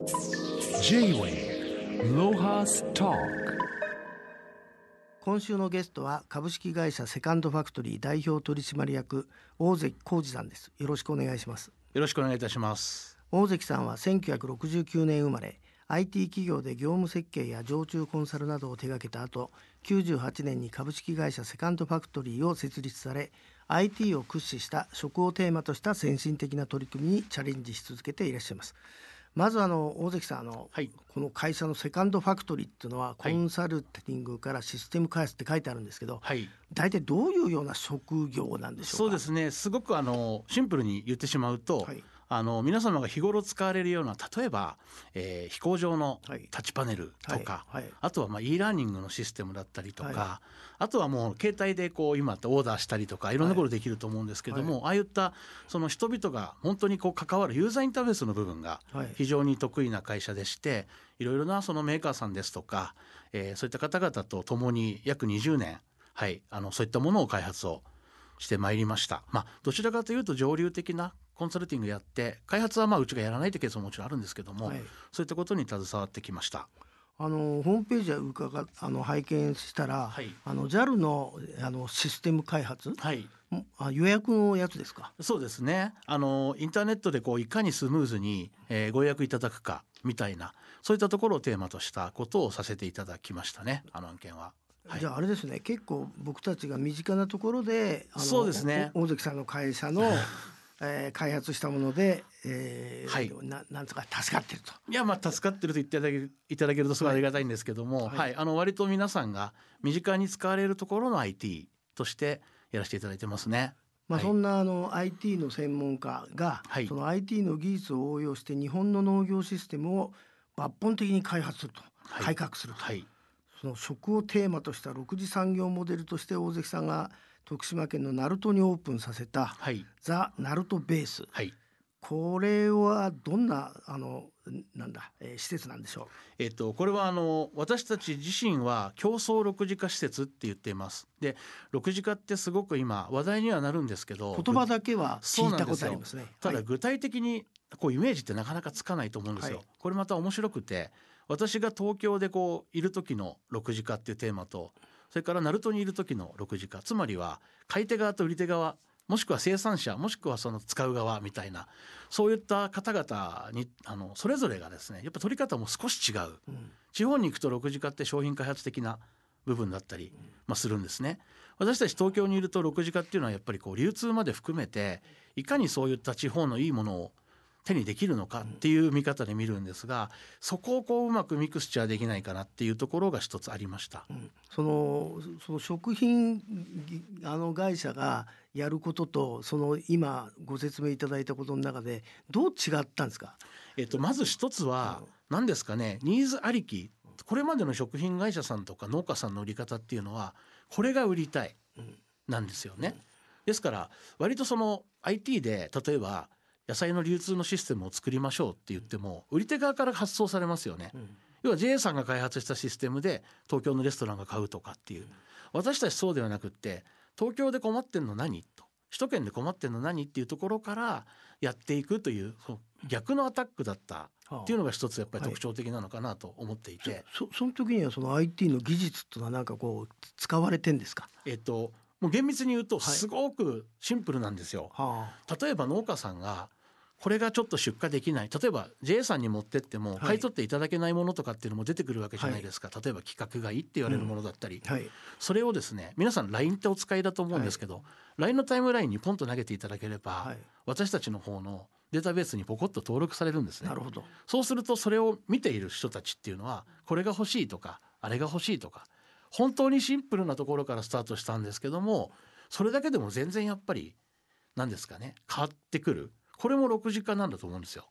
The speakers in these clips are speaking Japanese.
J-Way ロハストーク。 今週のゲストは株式会社セカンドファクトリー代表取締役大関浩二さんです。よろしくお願いします。 よろしくお願いいたします。 大関さんは1969年生まれ、 IT 企業で業務設計や常駐コンサルなどを手掛けた後、98年に株式会社セカンドファクトリーを設立され、 IT を駆使した食をテーマとした先進的な取り組みにチャレンジし続けていらっしゃいます。まず大関さん、この会社のセカンドファクトリーっていうのは、コンサルティングからシステム開発って書いてあるんですけど、大体どういうような職業なんでしょうか。 そうですね、すごくシンプルに言ってしまうと、皆様が日頃使われるような、例えば、飛行場のタッチパネルとか、あとはeラーニングのシステムだったりとか、あとはもう携帯で今ってオーダーしたりとかいろんなことできると思うんですけども、ああいったその人々が本当に関わるユーザーインターフェースの部分が非常に得意な会社でして、いろいろなそのメーカーさんですとか、そういった方々と共に約20年、そういったものを開発をしてまいりました。どちらかというと上流的なコンサルティングやって、開発はうちがやらないというケースももちろんあるんですけども、そういったことに携わってきました。 ホームページは拝見したら、JAL のシステム開発、予約のやつですか。 そうですね、インターネットでいかにスムーズに、ご予約いただくかみたいな、そういったところをテーマとしたことをさせていただきましたね、案件は。 じゃああれですね、結構僕たちが身近なところでそうですね、 大関さんの会社の開発したもので、なんとか助かってると。 いや、助かってると言っていただけるとすごいありがたいんですけども、割と皆さんが身近に使われるところの IT としてやらせていただいてますね。 そんなIT の専門家が、その IT の技術を応用して日本の農業システムを抜本的に開発すると、改革すると、その食をテーマとした6次産業モデルとして大関さんが徳島県の鳴門にオープンさせた、ザ・鳴門ベース、これはどんな施設なんでしょう。これは私たち自身は競争6次化施設って言っています。で、6次化ってすごく今話題にはなるんですけど、 言葉だけは聞いたことありますね。 ただ具体的にイメージってなかなかつかないと思うんですよ。これまた面白くて、私が東京でいる時の6次化っていうテーマと、それから鳴門にいる時の6次化、つまりは買い手側と売り手側、もしくは生産者、もしくはその使う側みたいな、そういった方々にそれぞれがですね、やっぱ取り方も少し違う、地方に行くと6次化って商品開発的な部分だったり、するんですね。私たち東京にいると6次化っていうのはやっぱり流通まで含めて、いかにそういった地方のいいものを手にできるのかっていう見方で見るんですが、そこをうまくミクスチャーできないかなっていうところが一つありました。 その食品会社がやることと、今ご説明いただいたことの中でどう違ったんですか。 まず一つは何ですかね、ニーズありき。これまでの食品会社さんとか農家さんの売り方っていうのは、これが売りたいなんですよね。ですから割とIT で例えば野菜の流通のシステムを作りましょうって言っても、売り手側から発送されますよね。要は JA さんが開発したシステムで東京のレストランが買うとかっていう。私たちそうではなくって、東京で困ってんの何と、首都圏で困ってんの何っていうところからやっていくという、逆のアタックだったっていうのが一つやっぱり特徴的なのかなと思っていて、 その時にはIT の技術っていうのは使われてんですか。 もう厳密に言うとすごくシンプルなんですよ。例えば農家さんがこれがちょっと出荷できない、例えば JA さんに持ってっても買い取っていただけないものとかっていうのも出てくるわけじゃないですか。例えば規格がいいって言われるものだったり、それをですね、皆さん LINE ってお使いだと思うんですけど、LINE のタイムラインにポンと投げていただければ、私たちの方のデータベースにポコッと登録されるんですね。そうするとそれを見ている人たちっていうのは、これが欲しいとかあれが欲しいとか、本当にシンプルなところからスタートしたんですけども、それだけでも全然やっぱり何ですかね、変わってくる。これも6次化なんだと思うんですよ。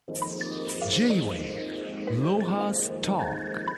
J-Way ロハストーク。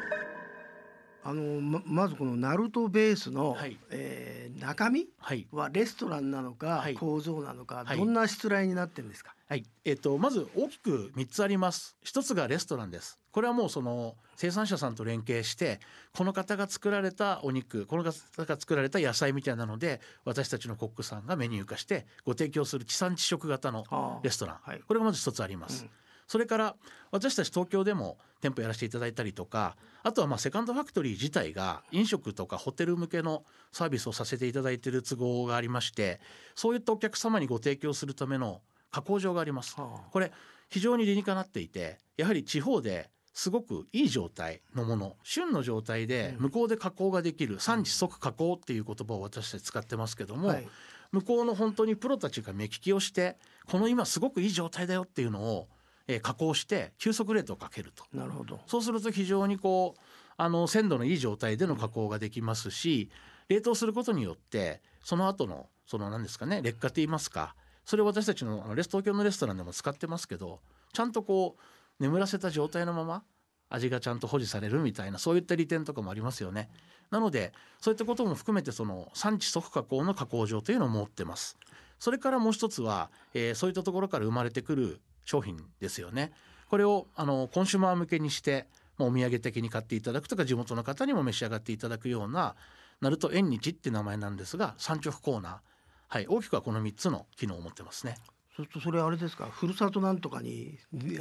まずこのナルトベースの、中身はレストランなのか、工場なのか、どんなしつらいになってるんですか。 まず大きく3つあります。一つがレストランです。これはもう生産者さんと連携して、この方が作られたお肉、この方が作られた野菜みたいなので、私たちのコックさんがメニュー化してご提供する地産地食型のレストラン、これがまず一つあります。 それから私たち東京でも店舗やらせていただいたりとか、あとはセカンドファクトリー自体が飲食とかホテル向けのサービスをさせていただいている都合がありまして、そういったお客様にご提供するための加工場があります。これ非常に理にかなっていて、やはり地方ですごくいい状態のもの、旬の状態で向こうで加工ができる、産地即加工っていう言葉を私たち使ってますけども、向こうの本当にプロたちが目利きをして、この今すごくいい状態だよっていうのを加工して急速冷凍をかけると。 なるほど。 そうすると非常に鮮度のいい状態での加工ができますし、冷凍することによってその後の何ですかね、劣化といいますか、それを私たちの東京のレストランでも使ってますけど、ちゃんと眠らせた状態のまま味がちゃんと保持されるみたいな、そういった利点とかもありますよね。なのでそういったことも含めて産地即加工の加工場というのを持ってます。それからもう一つは、そういったところから生まれてくる商品ですよね。これをコンシュマー向けにして、お土産的に買っていただくとか、地元の方にも召し上がっていただくような、鳴門縁日って名前なんですが、産直コーナー、大きくはこの3つの機能を持ってますね。 それあれですか、ふるさとなんとかに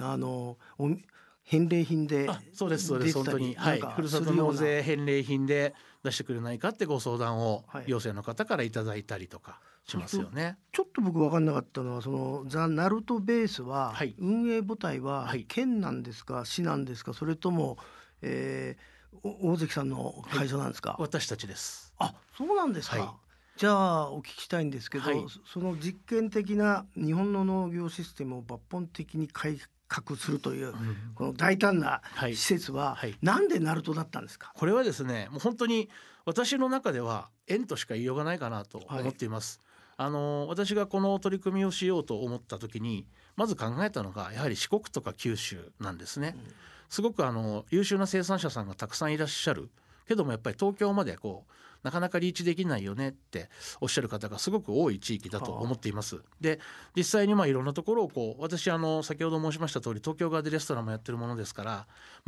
返礼品でそうです本当に、ふるさと納税返礼品で出してくれないかってご相談を行政の方からいただいたりとかしますよね。 ちょっと僕分かんなかったのは、ザ・ナルトベースは、運営母体は県なんですか、市なんですか、それとも、大関さんの会社なんですか。 私たちです。 そうなんですか。じゃあお聞きしたいんですけど、その実験的な日本の農業システムを抜本的に改革するという、この大胆な施設は、なんでナルトだったんですか。 これはですね、もう本当に私の中では縁としか言いようがないかなと思っています。私がこの取り組みをしようと思った時にまず考えたのが、やはり四国とか九州なんですね。すごく優秀な生産者さんがたくさんいらっしゃるけども、やっぱり東京までなかなかリーチできないよねっておっしゃる方がすごく多い地域だと思っています。で、実際にいろんなところを私先ほど申しました通り、東京側でレストランもやってるものですから、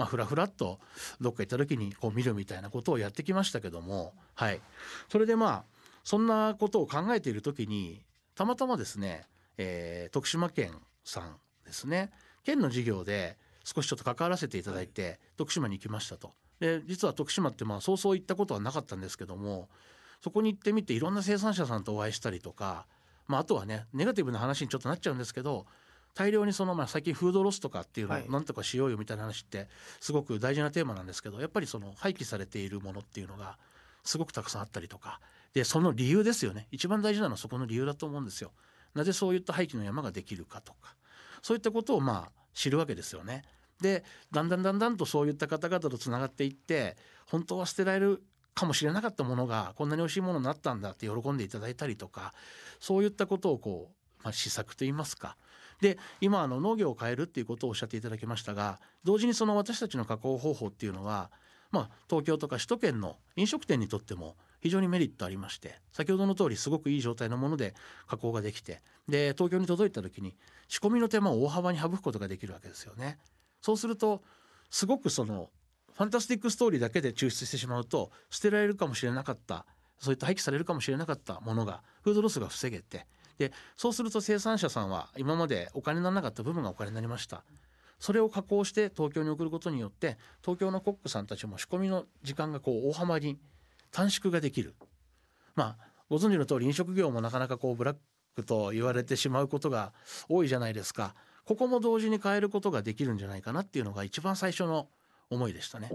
ふらふらっとどっか行った時に見るみたいなことをやってきましたけども、それでそんなことを考えている時にたまたまですね、徳島県さんですね、県の事業で少しちょっと関わらせていただいて、徳島に行きましたと。で、実は徳島ってそうそう行ったことはなかったんですけども、そこに行ってみていろんな生産者さんとお会いしたりとか、あとはね、ネガティブな話にちょっとなっちゃうんですけど、大量に最近フードロスとかっていうのをなんとかしようよみたいな話ってすごく大事なテーマなんですけど、やっぱり廃棄されているものっていうのがすごくたくさんあったりとかで、その理由ですよね。一番大事なのはそこの理由だと思うんですよ。なぜそういった廃棄の山ができるかとか、そういったことを知るわけですよね。で、だんだんとそういった方々とつながっていって、本当は捨てられるかもしれなかったものがこんなに美味しいものになったんだって喜んでいただいたりとか、そういったことを施策といいますか。で、今農業を変えるっていうことをおっしゃっていただきましたが、同時に私たちの加工方法っていうのは、東京とか首都圏の飲食店にとっても非常にメリットありまして、先ほどの通りすごくいい状態のもので加工ができて、で東京に届いた時に仕込みの手間を大幅に省くことができるわけですよね。そうするとすごくファンタスティックストーリーだけで抽出してしまうと、捨てられるかもしれなかった、そういった廃棄されるかもしれなかったものがフードロスが防げて、でそうすると生産者さんは今までお金にならなかった部分がお金になりました。それを加工して東京に送ることによって、東京のコックさんたちも仕込みの時間が大幅に短縮ができる。ご存知の通り飲食業もなかなかブラックと言われてしまうことが多いじゃないですか。ここも同時に変えることができるんじゃないかなっていうのが一番最初の思いでしたね。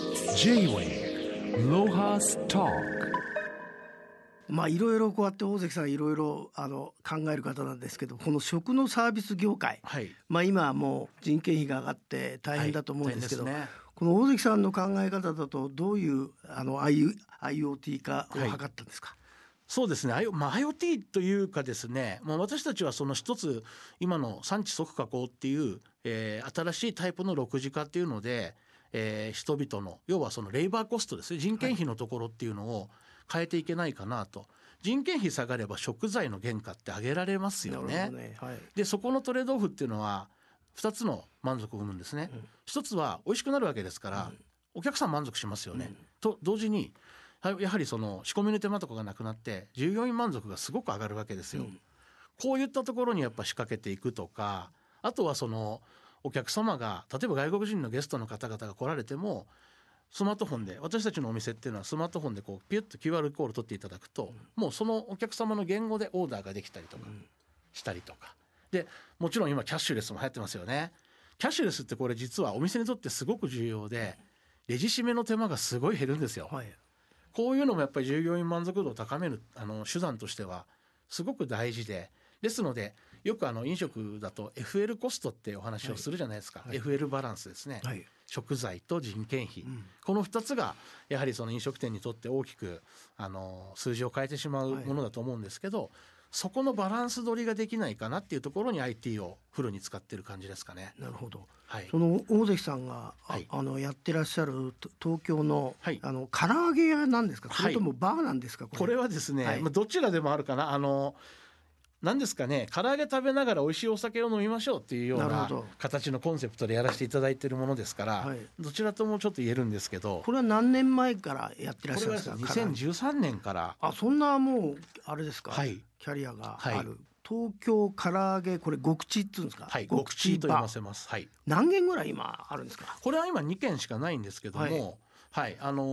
J-Way ロハストいろいろこうやって大関さんいろいろ考える方なんですけど、この食のサービス業界、今はもう人件費が上がって大変だと思うんですけど、この大関さんの考え方だとどういうIoT 化を図ったんですか。 そうですね、IoT というかですね、私たちはその一つ今の産地即加工っていう、新しいタイプの6次化っていうので、人々の要はレイバーコストですね、人件費のところっていうのを変えていけないかなと。人件費下がれば食材の原価って上げられますよね。でそこのトレードオフっていうのは2つの満足を生むんですね。一つは美味しくなるわけですから、お客さん満足しますよね。と同時にやはり仕込みの手間とかがなくなって従業員満足がすごく上がるわけですよ。こういったところにやっぱ仕掛けていくとか、あとはお客様が例えば外国人のゲストの方々が来られてもスマートフォンで、私たちのお店っていうのはスマートフォンでこうピュッと QR コード取っていただくと、もうそのお客様の言語でオーダーができたりとかしたりとかで、もちろん今キャッシュレスも流行ってますよね。キャッシュレスってこれ実はお店にとってすごく重要で、レジ締めの手間がすごい減るんですよ。 はい、 こういうのもやっぱり従業員満足度を高める手段としてはすごく大事ですので、よく飲食だと FL コストってお話をするじゃないですか、はい、FL バランスですね、はい、食材と人件費、この2つがやはりその飲食店にとって大きく数字を変えてしまうものだと思うんですけど、そこのバランス取りができないかなっていうところに IT をフルに使ってる感じですかね。 なるほど、 はい、 その大関さんが、はい、やってらっしゃる東京の、はい、唐揚げ屋なんですか、それともバーなんですか。 これはですね、どちらでもあるかな。何ですかね、唐揚げ食べながら美味しいお酒を飲みましょうっていうような形のコンセプトでやらせていただいているものですから、はい、どちらともちょっと言えるんですけど。 これは何年前からやってらっしゃるんですか。 これは2013年から。 そんなもうあれですか、 はい、 キャリアがある、 はい、 東京唐揚げ、これ極地っていうんですか。 はい、極地と言わせます、はい、 何軒ぐらい今あるんですか。 これは今2軒しかないんですけども、はい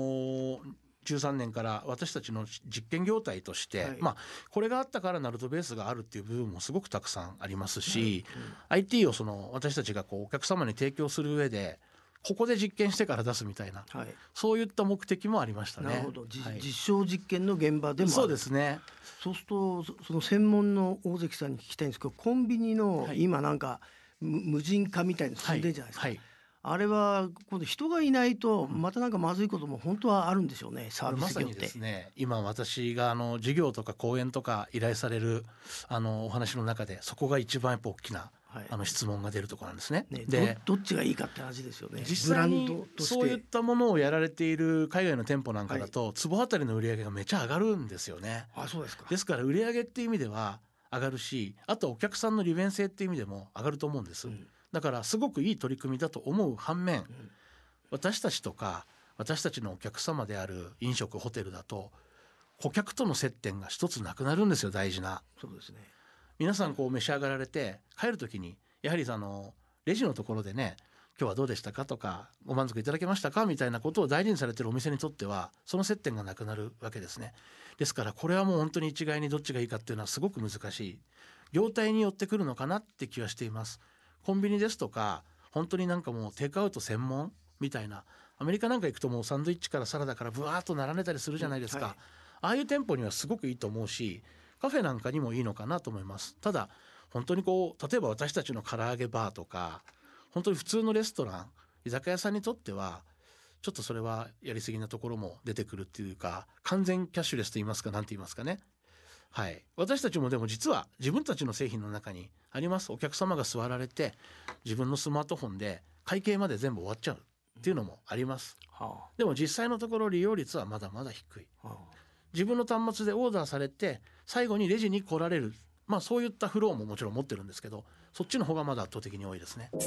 、13年から私たちの実験業態として、はい、これがあったからナルトベースがあるっていう部分もすごくたくさんありますし、IT を私たちがお客様に提供する上でここで実験してから出すみたいな、はい、そういった目的もありましたね。 なるほど、実証実験の現場でもある。 そうですね。 そうするとその専門の大関さんに聞きたいんですけど、コンビニの今なんか無人化みたいに進んでるじゃないですか、はいはい、あれは今度人がいないとまたなんかまずいことも本当はあるんでしょうね、サービス業って。 まさにですね、今私が授業とか講演とか依頼されるお話の中でそこが一番やっぱ大きな、はい、質問が出るところなんですね。 で どっちがいいかって話ですよね。 実際にそういったものをやられている海外の店舗なんかだと、はい、坪あたりの売り上げがめちゃ上がるんですよね。 そうですか。 ですから売り上げっていう意味では上がるし、あとお客さんの利便性っていう意味でも上がると思うんです、だからすごくいい取り組みだと思う反面、私たちとか私たちのお客様である飲食ホテルだと顧客との接点が一つなくなるんですよ、大事な。 そうですね。 皆さん召し上がられて帰る時にやはりレジのところでね、今日はどうでしたかとかご満足いただけましたかみたいなことを大事にされているお店にとってはその接点がなくなるわけですね。ですからこれはもう本当に一概にどっちがいいかっていうのはすごく難しい、業態によってくるのかなって気はしています。コンビニですとか本当になんかもうテイクアウト専門みたいな、アメリカなんか行くともうサンドイッチからサラダからブワーッと並んでたりするじゃないですか、はい、ああいう店舗にはすごくいいと思うし、カフェなんかにもいいのかなと思います。ただ本当に例えば私たちの唐揚げバーとか本当に普通のレストラン居酒屋さんにとってはちょっとそれはやりすぎなところも出てくるっていうか、完全キャッシュレスと言いますか、なんて言いますかね。はい、私たちもでも実は自分たちの製品の中にあります。お客様が座られて自分のスマートフォンで会計まで全部終わっちゃうっていうのもあります、でも実際のところ利用率はまだまだ低い、自分の端末でオーダーされて最後にレジに来られる、そういったフローももちろん持ってるんですけど、そっちの方がまだ圧倒的に多いですね。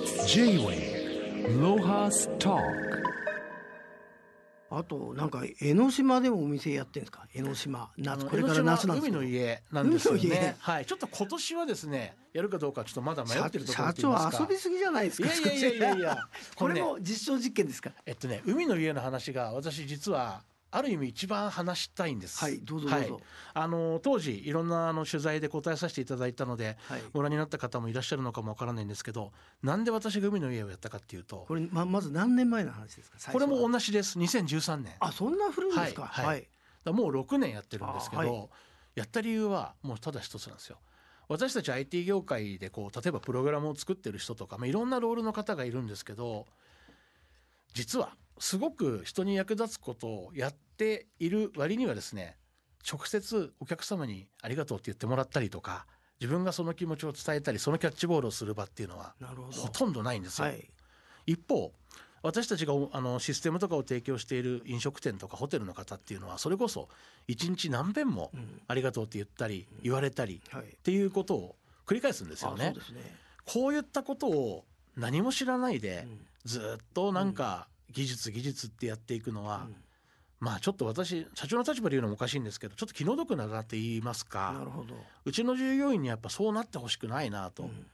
J-Way ロハストーク。 あとなんか江ノ島でもお店やってるんですか。江ノ島これから夏なんですけど、 海の家なんですよね。はい、ちょっと今年はですねやるかどうかちょっとまだ迷ってるところって言いますか。 社長遊びすぎじゃないですか。 いやこれも実証実験ですか。 海の家の話が私実はある意味一番話したいんです。 はい、どうぞどうぞ。 当時いろんな取材で答えさせていただいたので、はい、ご覧になった方もいらっしゃるのかもわからないんですけど、なんで私が海の家をやったかっていうと、 これ まず何年前の話ですか。 これも同じです。2013年。 そんな古いんですか。 はい、はい、だもう6年やってるんですけど、はい、やった理由はもうただ一つなんですよ。私たち IT 業界で例えばプログラムを作ってる人とか、いろんなロールの方がいるんですけど、実はすごく人に役立つことをやっている割にはですね、直接お客様にありがとうって言ってもらったりとか、自分がその気持ちを伝えたり、そのキャッチボールをする場っていうのはほとんどないんですよ、はい、一方私たちがシステムとかを提供している飲食店とかホテルの方っていうのは、それこそ一日何遍もありがとうって言ったり言われたりっていうことを繰り返すんですよね。 そうですね。 こういったことを何も知らないでずっとなんか技術ってやっていくのは、ちょっと私社長の立場で言うのもおかしいんですけど、ちょっと気の毒だなって言いますか。 なるほど。 うちの従業員にやっぱそうなってほしくないなと、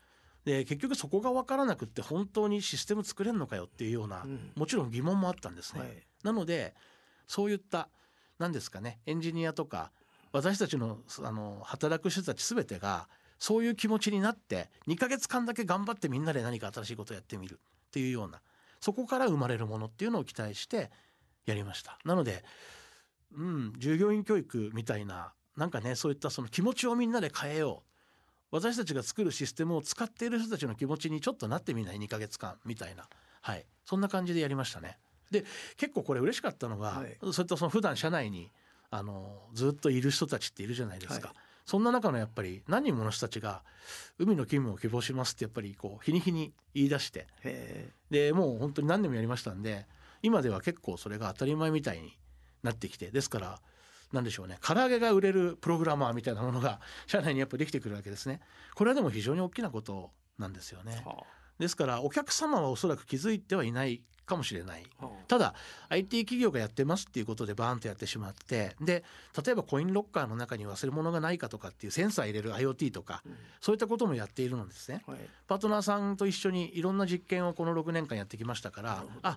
で結局そこが分からなくって本当にシステム作れるのかよっていうような、もちろん疑問もあったんですね、なのでそういった何ですかね、エンジニアとか私たちの、働く人たち全てがそういう気持ちになって2ヶ月間だけ頑張ってみんなで何か新しいことをやってみるっていうような、そこから生まれるものっていうのを期待してやりました。なので、従業員教育みたいななんかね、そういったその気持ちをみんなで変えよう、私たちが作るシステムを使っている人たちの気持ちにちょっとなってみない2ヶ月間みたいな、そんな感じでやりましたね。で結構これ嬉しかったのが、それとその普段社内にずっといる人たちっているじゃないですか、そんな中のやっぱり何人もの人たちが海の勤務を希望しますってやっぱりこう日に日に言い出して、でもう本当に何年もやりましたんで、今では結構それが当たり前みたいになってきて、ですからなんでしょうね、唐揚げが売れるプログラマーみたいなものが社内にやっぱりできてくるわけですね。これはでも非常に大きなことなんですよね。ですからお客様はおそらく気づいてはいないかもしれない、ただ IT 企業がやってますっていうことでバーンとやってしまって、で例えばコインロッカーの中に忘れ物がないかとかっていうセンサー入れる IoT とか、そういったこともやっているのですね、パートナーさんと一緒にいろんな実験をこの6年間やってきましたから、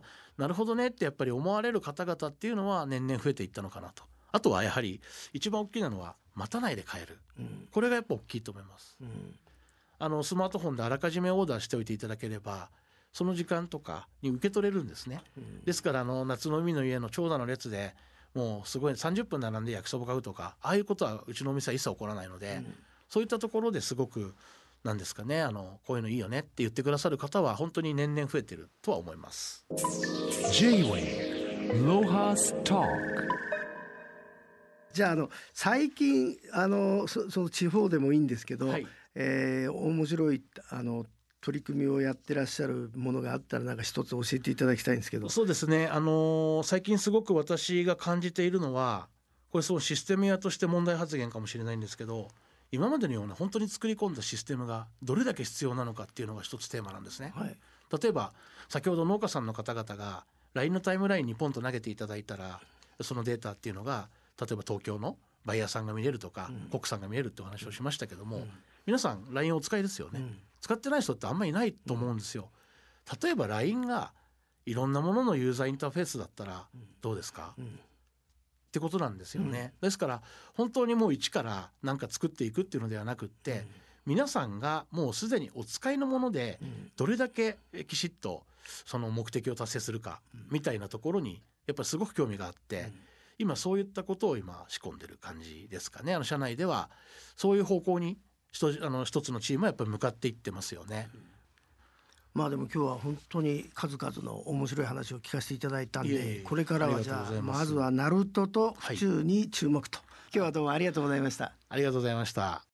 なるほどねってやっぱり思われる方々っていうのは年々増えていったのかなと。あとはやはり一番大きなのは待たないで買える、これがやっぱ大きいと思います、スマートフォンであらかじめオーダーしておいていただければその時間とかに受け取れるんですね、ですから夏の海の家の長蛇の列でもうすごい30分並んで焼きそば買うとか、ああいうことはうちのお店は一切起こらないので、そういったところですごくなんですかね、こういうのいいよねって言ってくださる方は本当に年々増えてるとは思います。 J-Way Lohas Talk。 じゃあ最近その地方でもいいんですけど、面白い取り組みをやってらっしゃるものがあったらなんか一つ教えていただきたいんですけど。 そうですね、最近すごく私が感じているのは、これそのシステム屋として問題発言かもしれないんですけど、今までのような本当に作り込んだシステムがどれだけ必要なのかっていうのが一つテーマなんですね、例えば先ほど農家さんの方々が LINE のタイムラインにポンと投げていただいたら、そのデータっていうのが例えば東京のバイヤーさんが見れるとか、国産が見えるってお話をしましたけども、皆さん LINE をお使いですよね、使ってない人ってあんまりいないと思うんですよ、例えば LINE がいろんなもののユーザーインターフェースだったらどうですか、ってことなんですよね、ですから本当にもう一から何か作っていくっていうのではなくって、皆さんがもうすでにお使いのものでどれだけきちっとその目的を達成するかみたいなところにやっぱりすごく興味があって、今そういったことを今仕込んでる感じですかね。社内ではそういう方向に一つのチームはやっぱり向かっていってますよね。 まあでも今日は本当に数々の面白い話を聞かせていただいたんで、これからはじゃあまずはナルトと府中に注目と、今日はどうもありがとうございました。 ありがとうございました。